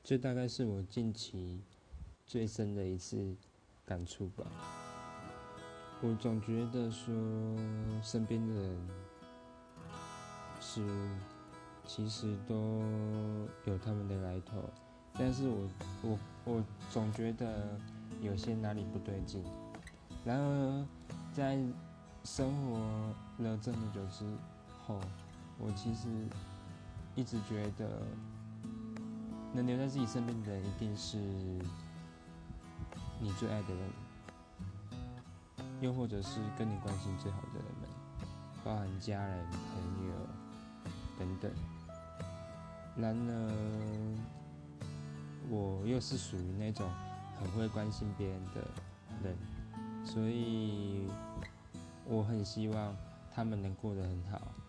这大概是我近期最深的一次感触吧。我总觉得说，身边的人其实都有他们的来头，但是我总觉得有些哪里不对劲。然而，在生活了这么久之后，我其实一直觉得，能留在自己身边的人，一定是你最爱的人，又或者是跟你关系最好的人们，包含家人、朋友等等。然而，我又是属于那种很会关心别人的人，所以我很希望他们能过得很好。